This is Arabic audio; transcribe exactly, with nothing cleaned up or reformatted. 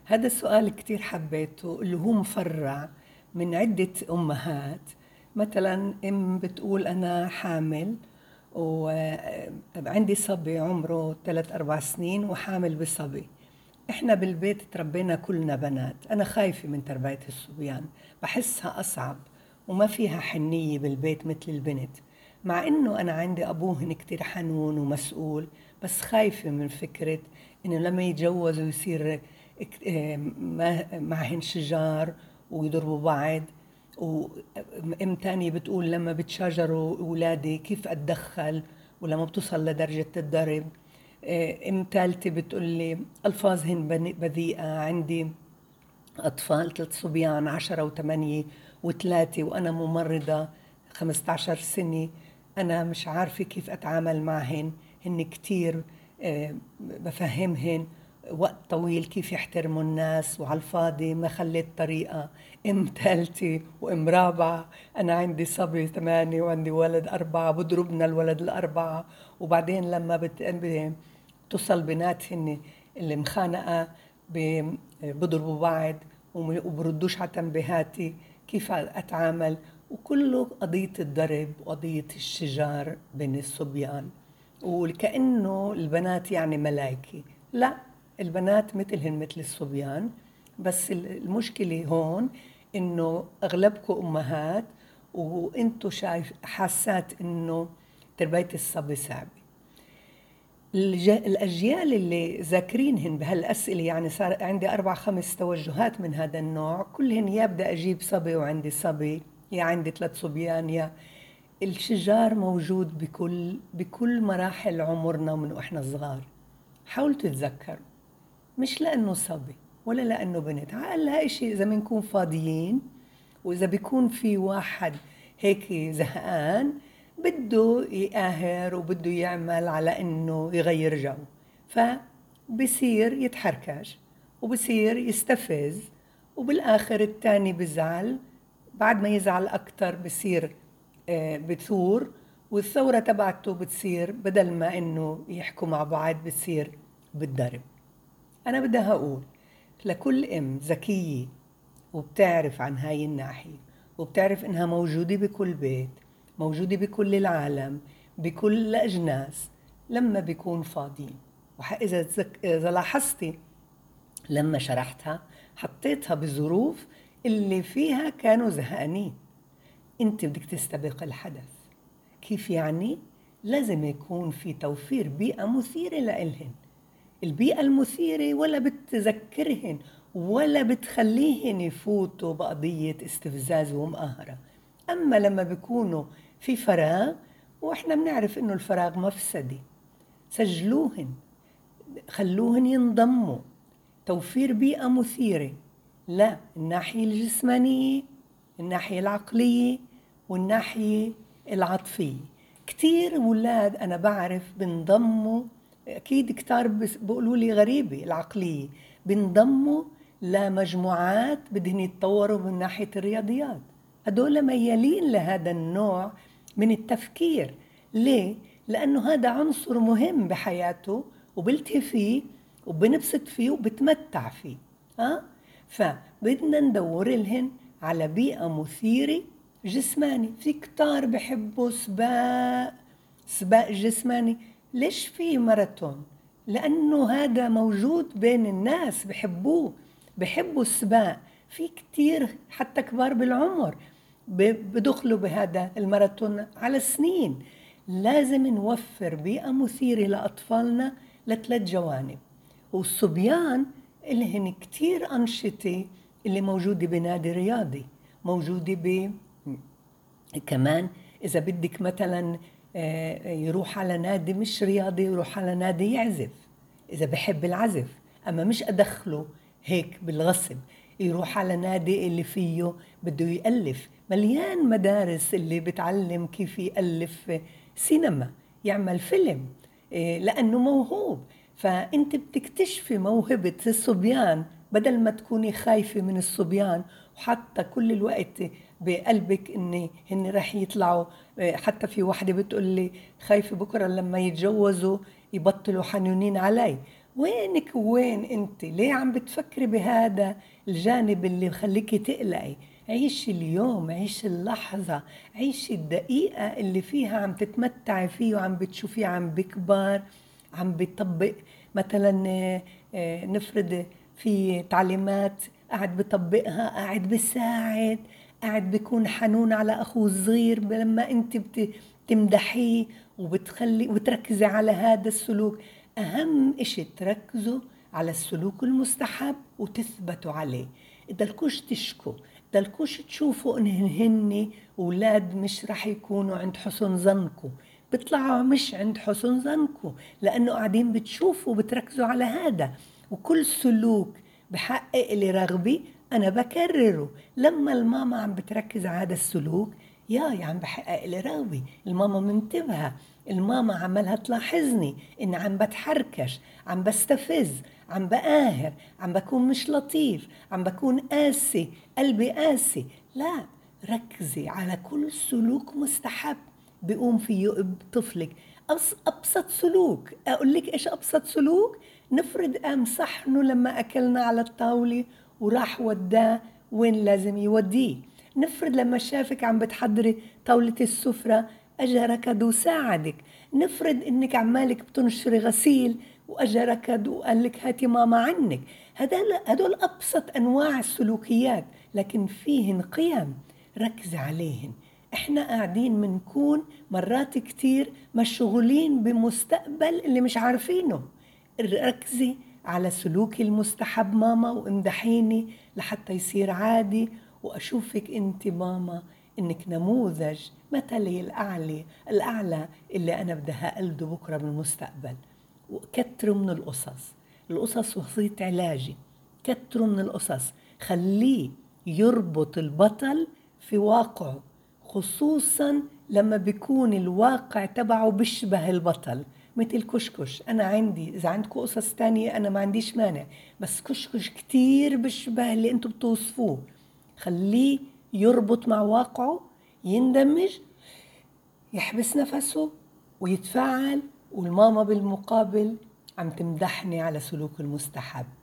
هذا السؤال كتير حبيته، اللي هو مفرع من عدة أمهات. مثلا أم بتقول أنا حامل وعندي صبي عمره ثلاث أربع سنين وحامل بصبي. إحنا بالبيت تربينا كلنا بنات، أنا خايفة من تربية الصبيان، بحسها أصعب وما فيها حنية بالبيت مثل البنت، مع إنه أنا عندي أبوهن كتير حنون ومسؤول، بس خايفة من فكرة إنه لما يتجوزوا يصير معهن شجار ويضربوا بعض. وام تانية بتقول لما بتشاجروا أولادي كيف أتدخل ولما بتوصل لدرجة الضرب. ام ثالثة بتقول لي ألفاظهن بذيئة، عندي أطفال ثلاث صبيان عشرة وثمانية وثلاثة وأنا ممرضة خمسة عشر سنة، أنا مش عارفة كيف أتعامل معهن، هن كتير بفهمهن وقت طويل كيف يحترموا الناس وعلى الفاضي ما خليت طريقة. ام ثالثة وام رابعة، أنا عندي صبي ثمانية وعندي ولد أربعة، بضربنا الولد الأربعة، وبعدين لما بت... بتوصل بناتهن اللي مخانقة بضربوا بعض وبردوش على تنبيهاتي، كيف أتعامل؟ وكله قضية الضرب وقضية الشجار بين الصبيان، وكأنه البنات يعني ملايكة. لا، البنات مثلهن مثل الصبيان، بس المشكلة هون إنه أغلبكم أمهات وإنتو شايف حاسات إنه تربية الصبي صعبة. الأجيال اللي ذاكرينهن بهالأسئلة، يعني صار عندي أربع خمس توجهات من هذا النوع، كلهن يا بدي أجيب صبي وعندي صبي، يا عندي ثلاث صبيان، يا الشجار موجود بكل بكل مراحل عمرنا من وإحنا صغار. حاولوا تتذكروا، مش لأنه صبي ولا لأنه بنت، عقلها إشي إذا بنكون فاضيين، وإذا بيكون في واحد هيك زهقان بده يقاهر وبده يعمل على إنه يغير جو، فبصير يتحركش وبصير يستفز، وبالآخر التاني بزعل، بعد ما يزعل أكتر بصير بثور، والثورة تبعته بتصير بدل ما إنه يحكوا مع بعض بتصير بالضرب. أنا بدها أقول لكل أم ذكية وبتعرف عن هاي الناحية وبتعرف إنها موجودة بكل بيت، موجودة بكل العالم، بكل الأجناس، لما بيكون فاضيين. وإذا زك... إذا لاحظتي لما شرحتها حطيتها بظروف اللي فيها كانوا زهقانين، أنت بدك تستبق الحدث. كيف يعني؟ لازم يكون في توفير بيئة مثيرة لإلهن. البيئة المثيرة ولا بتذكرهن ولا بتخليهن يفوتوا بقضية استفزاز ومقاهرة. أما لما بيكونوا في فراغ، وإحنا بنعرف إنه الفراغ مفسدة، سجلوهن، خلوهن ينضموا. توفير بيئة مثيرة، لا الناحية الجسمانية، الناحية العقلية، والناحية العاطفية. كتير أولاد أنا بعرف بنضموا، أكيد كتار بيقولوا لي غريبة العقلية، بنضموا لمجموعات بدهن يتطوروا من ناحية الرياضيات. هدول ميالين لهذا النوع من التفكير. ليه؟ لأنه هذا عنصر مهم بحياته وبلتهي فيه وبنبسط فيه وبتمتع فيه. ها؟ فبدنا ندور لهن على بيئة مثيرة جسماني. في كتار بحبوا سباق سباق جسماني. ليش في ماراثون؟ لأنه هذا موجود بين الناس، بحبوه، بحبوا السباق. في كتير حتى كبار بالعمر بدخلوا بهذا الماراثون على سنين. لازم نوفر بيئة مثيرة لأطفالنا لثلاث جوانب. والصبيان لهن كتير أنشطة اللي موجودة بنادي رياضي، موجودة ب كمان إذا بدك مثلا يروح على نادي مش رياضي، يروح على نادي يعزف إذا بحب العزف، أما مش أدخله هيك بالغصب. يروح على نادي اللي فيه بده يألف، مليان مدارس اللي بتعلم كيف يألف سينما، يعمل فيلم، لأنه موهوب. فأنت بتكتشفي موهبة الصبيان بدل ما تكوني خايفة من الصبيان وحتى كل الوقت بقلبك إن هن رح يطلعوا. حتى في واحدة بتقول لي خايفة بكرة لما يتجوزوا يبطلوا حنونين علي. وينك وين انت؟ ليه عم بتفكري بهذا الجانب اللي بخليكي تقلقي؟ عيشي اليوم، عيشي اللحظة، عيشي الدقيقة اللي فيها عم تتمتعي فيه وعم بتشوفيه عم بكبر، عم بيطبق. مثلا آه، آه، نفرض في تعليمات قاعد بطبقها، قاعد بساعد، قاعد بيكون حنون على أخوه الصغير لما أنت بتمدحيه وبتخلي وتركزي على هذا السلوك. أهم إشي تركزوا على السلوك المستحب وتثبتوا عليه. دلكوش تشكوا، دلكوش تشوفوا إن هن أولاد مش رح يكونوا عند حسن ظنكم، بيطلعوا مش عند حسن ظنكم لأنه قاعدين بتشوفوا بتركزوا على هذا. وكل سلوك بحقق لي رغبي أنا بكرره. لما الماما عم بتركز على هذا السلوك، يا عم بحقق لي رغبي، الماما منتبهة، الماما عمالها تلاحظني إن عم بتحركش، عم بستفز، عم بقاهر، عم بكون مش لطيف، عم بكون قاسي، قلبي قاسي. لا، ركزي على كل سلوك مستحب بيقوم فيه طفلك. أبسط سلوك، أقول لك إيش أبسط سلوك؟ نفرض قام صحنه لما أكلنا على الطاولة وراح وداه وين لازم يوديه. نفرض لما شافك عم بتحضري طاولة السفرة أجا ركض وساعدك. نفرض إنك عمالك بتنشري غسيل وأجا ركض وقال لك هاتي ماما عنك. هدول أبسط أنواع السلوكيات، لكن فيهن قيم ركز عليهن. احنا قاعدين منكون مرات كتير مشغولين بمستقبل اللي مش عارفينه. ركزي على سلوكي المستحب ماما وامدحيني لحتى يصير عادي، وأشوفك أنت ماما إنك نموذج مثلي الأعلى الأعلى اللي أنا بدي أقلده بكرة بالمستقبل. وكتروا من القصص، القصص وصية علاجي. كتروا من القصص، خليه يربط البطل في واقعه، خصوصا لما بيكون الواقع تبعه بيشبه البطل. مثل كشكش، أنا عندي إذا عندكم قصص تانية أنا ما عنديش مانع، بس كشكش كتير بيشبه اللي أنتوا بتوصفوه. خليه يربط مع واقعه، يندمج، يحبس نفسه ويتفاعل. والماما بالمقابل عم تمدحني على سلوك المستحب.